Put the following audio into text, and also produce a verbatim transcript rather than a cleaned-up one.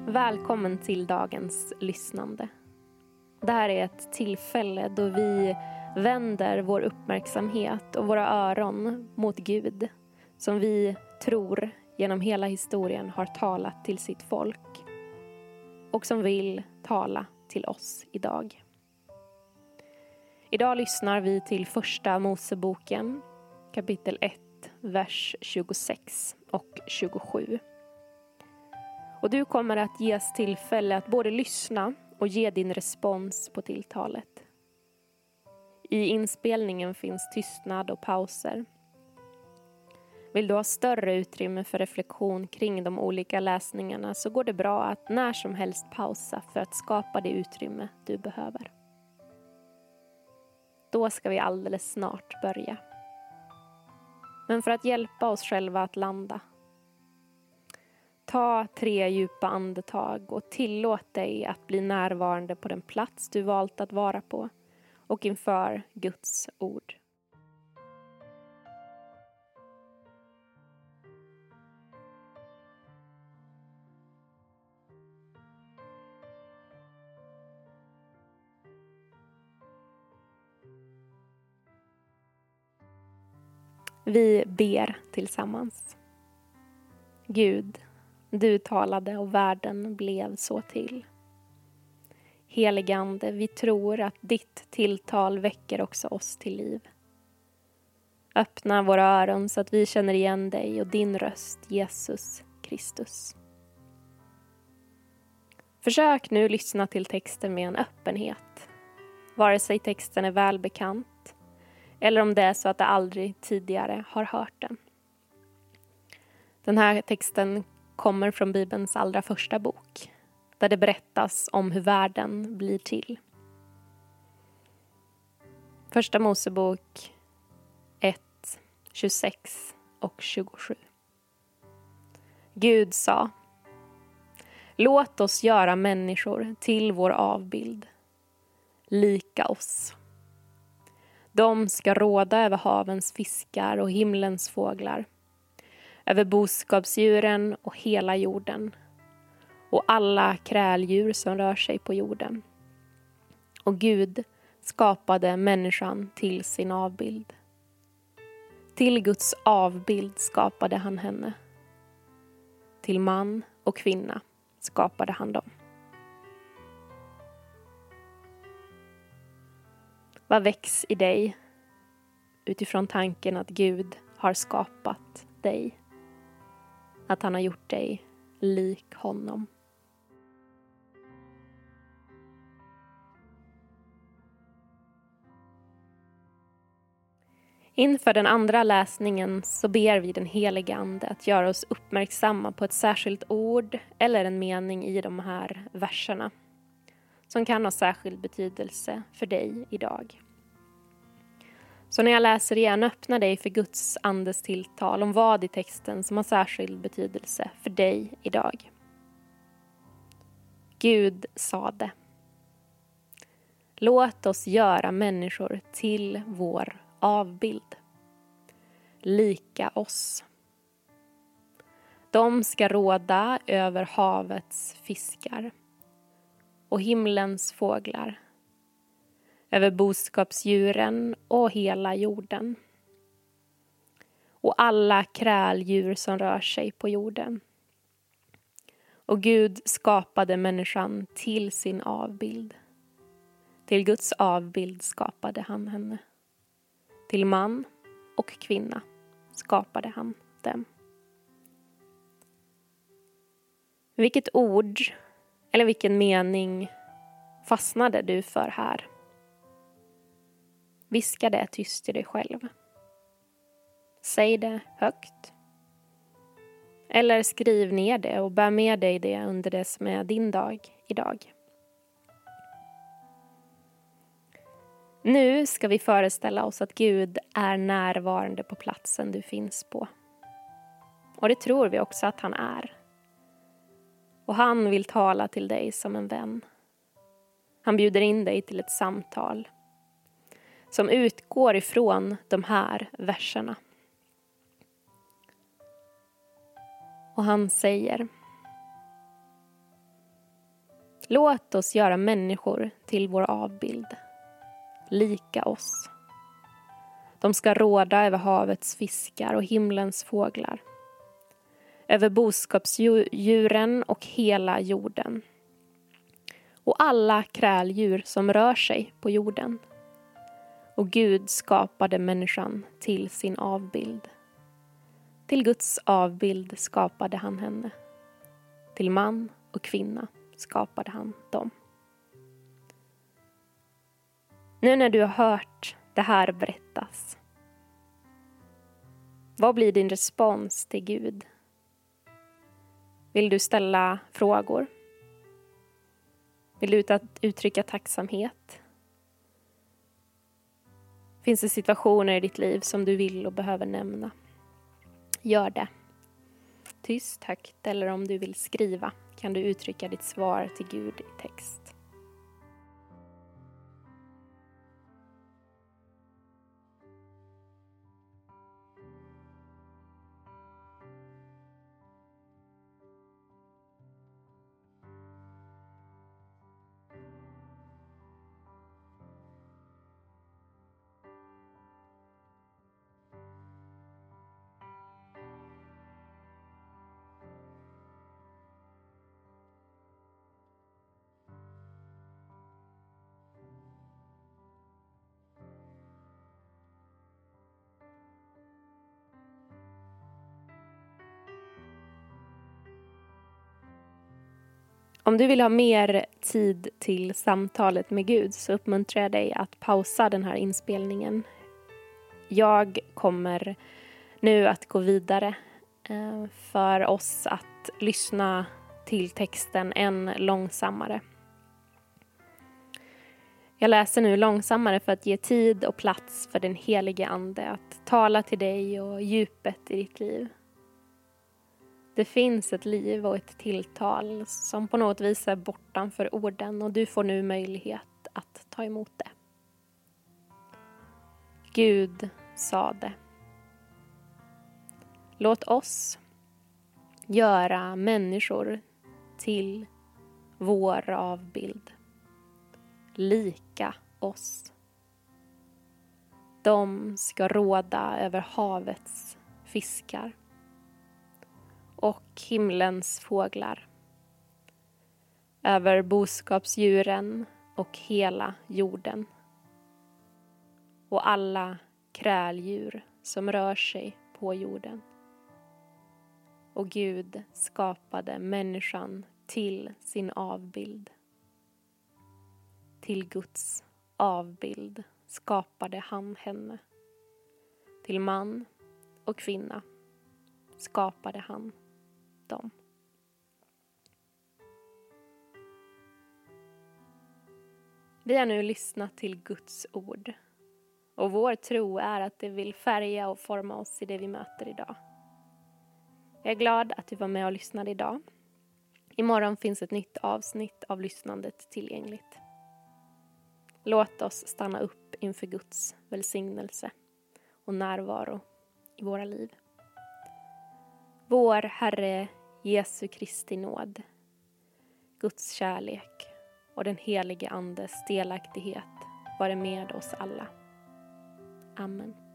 Välkommen till dagens lyssnande. Det här är ett tillfälle då vi vänder vår uppmärksamhet och våra öron mot Gud, som vi tror genom hela historien har talat till sitt folk och som vill tala till oss idag. Idag lyssnar vi till första Moseboken, kapitel ett, vers tjugosex och tjugosju. Och du kommer att ges tillfälle att både lyssna och ge din respons på tilltalet. I inspelningen finns tystnad och pauser. Vill du ha större utrymme för reflektion kring de olika läsningarna så går det bra att när som helst pausa för att skapa det utrymme du behöver. Då ska vi alldeles snart börja. Men för att hjälpa oss själva att landa, ta tre djupa andetag och tillåt dig att bli närvarande på den plats du valt att vara på och inför Guds ord. Vi ber tillsammans. Gud, du talade och världen blev så till. Helige Ande, vi tror att ditt tilltal väcker också oss till liv. Öppna våra öron så att vi känner igen dig och din röst, Jesus Kristus. Försök nu lyssna till texten med en öppenhet. Vare sig texten är välbekant eller om det är så att du aldrig tidigare har hört den. Den här texten kommer från Bibelns allra första bok, där det berättas om hur världen blir till. Första Mosebok ett, tjugosex och tjugosju. Gud sa: låt oss göra människor till vår avbild, lika oss. De ska råda över havens fiskar och himlens fåglar, över boskapsdjuren och hela jorden och alla kräldjur som rör sig på jorden. Och Gud skapade människan till sin avbild. Till Guds avbild skapade han henne. Till man och kvinna skapade han dem. Vad väcks i dig utifrån tanken att Gud har skapat dig? Att han har gjort dig lik honom. Inför den andra läsningen så ber vi den helige Ande att göra oss uppmärksamma på ett särskilt ord eller en mening i de här verserna som kan ha särskild betydelse för dig idag. Så när jag läser igen, öppna dig för Guds andes tilltal om vad i texten som har särskild betydelse för dig idag. Gud sade: låt oss göra människor till vår avbild, lika oss. De ska råda över havets fiskar och himlens fåglar, över boskapsdjuren och hela jorden och alla kräldjur som rör sig på jorden. Och Gud skapade människan till sin avbild. Till Guds avbild skapade han henne. Till man och kvinna skapade han dem. Vilket ord eller vilken mening fastnade du för här? Viska det tyst i dig själv. Säg det högt. Eller skriv ner det och bär med dig det under det som är din dag idag. Nu ska vi föreställa oss att Gud är närvarande på platsen du finns på. Och det tror vi också att han är. Och han vill tala till dig som en vän. Han bjuder in dig till ett samtal som utgår ifrån de här verserna. Och han säger: Låt oss göra människor till vår avbild, lika oss. De ska råda över havets fiskar och himlens fåglar, över boskapsdjuren och hela jorden, och alla kräldjur som rör sig på jorden. Och Gud skapade människan till sin avbild. Till Guds avbild skapade han henne. Till man och kvinna skapade han dem. Nu när du har hört det här berättas, vad blir din respons till Gud? Vill du ställa frågor? Vill du uttrycka tacksamhet? Finns det situationer i ditt liv som du vill och behöver nämna? Gör det. Tyst, högt eller om du vill skriva kan du uttrycka ditt svar till Gud i text. Om du vill ha mer tid till samtalet med Gud så uppmuntrar jag dig att pausa den här inspelningen. Jag kommer nu att gå vidare för oss att lyssna till texten än långsammare. Jag läser nu långsammare för att ge tid och plats för den helige ande att tala till dig och djupet i ditt liv. Det finns ett liv och ett tilltal som på något vis är bortanför orden och du får nu möjlighet att ta emot det. Gud sade: låt oss göra människor till vår avbild, lika oss. De ska råda över havets fiskar och himlens fåglar, över boskapsdjuren och hela jorden, och alla kräldjur som rör sig på jorden. Och Gud skapade människan till sin avbild. Till Guds avbild skapade han henne. Till man och kvinna skapade han dem. Vi har nu lyssnat till Guds ord. Och vår tro är att det vill färga och forma oss i det vi möter idag. Jag är glad att du var med och lyssnade idag. Imorgon finns ett nytt avsnitt av lyssnandet tillgängligt. Låt oss stanna upp inför Guds välsignelse och närvaro i våra liv. Vår Herre Jesu Kristi nåd, Guds kärlek och den helige Andes delaktighet vare med oss alla. Amen.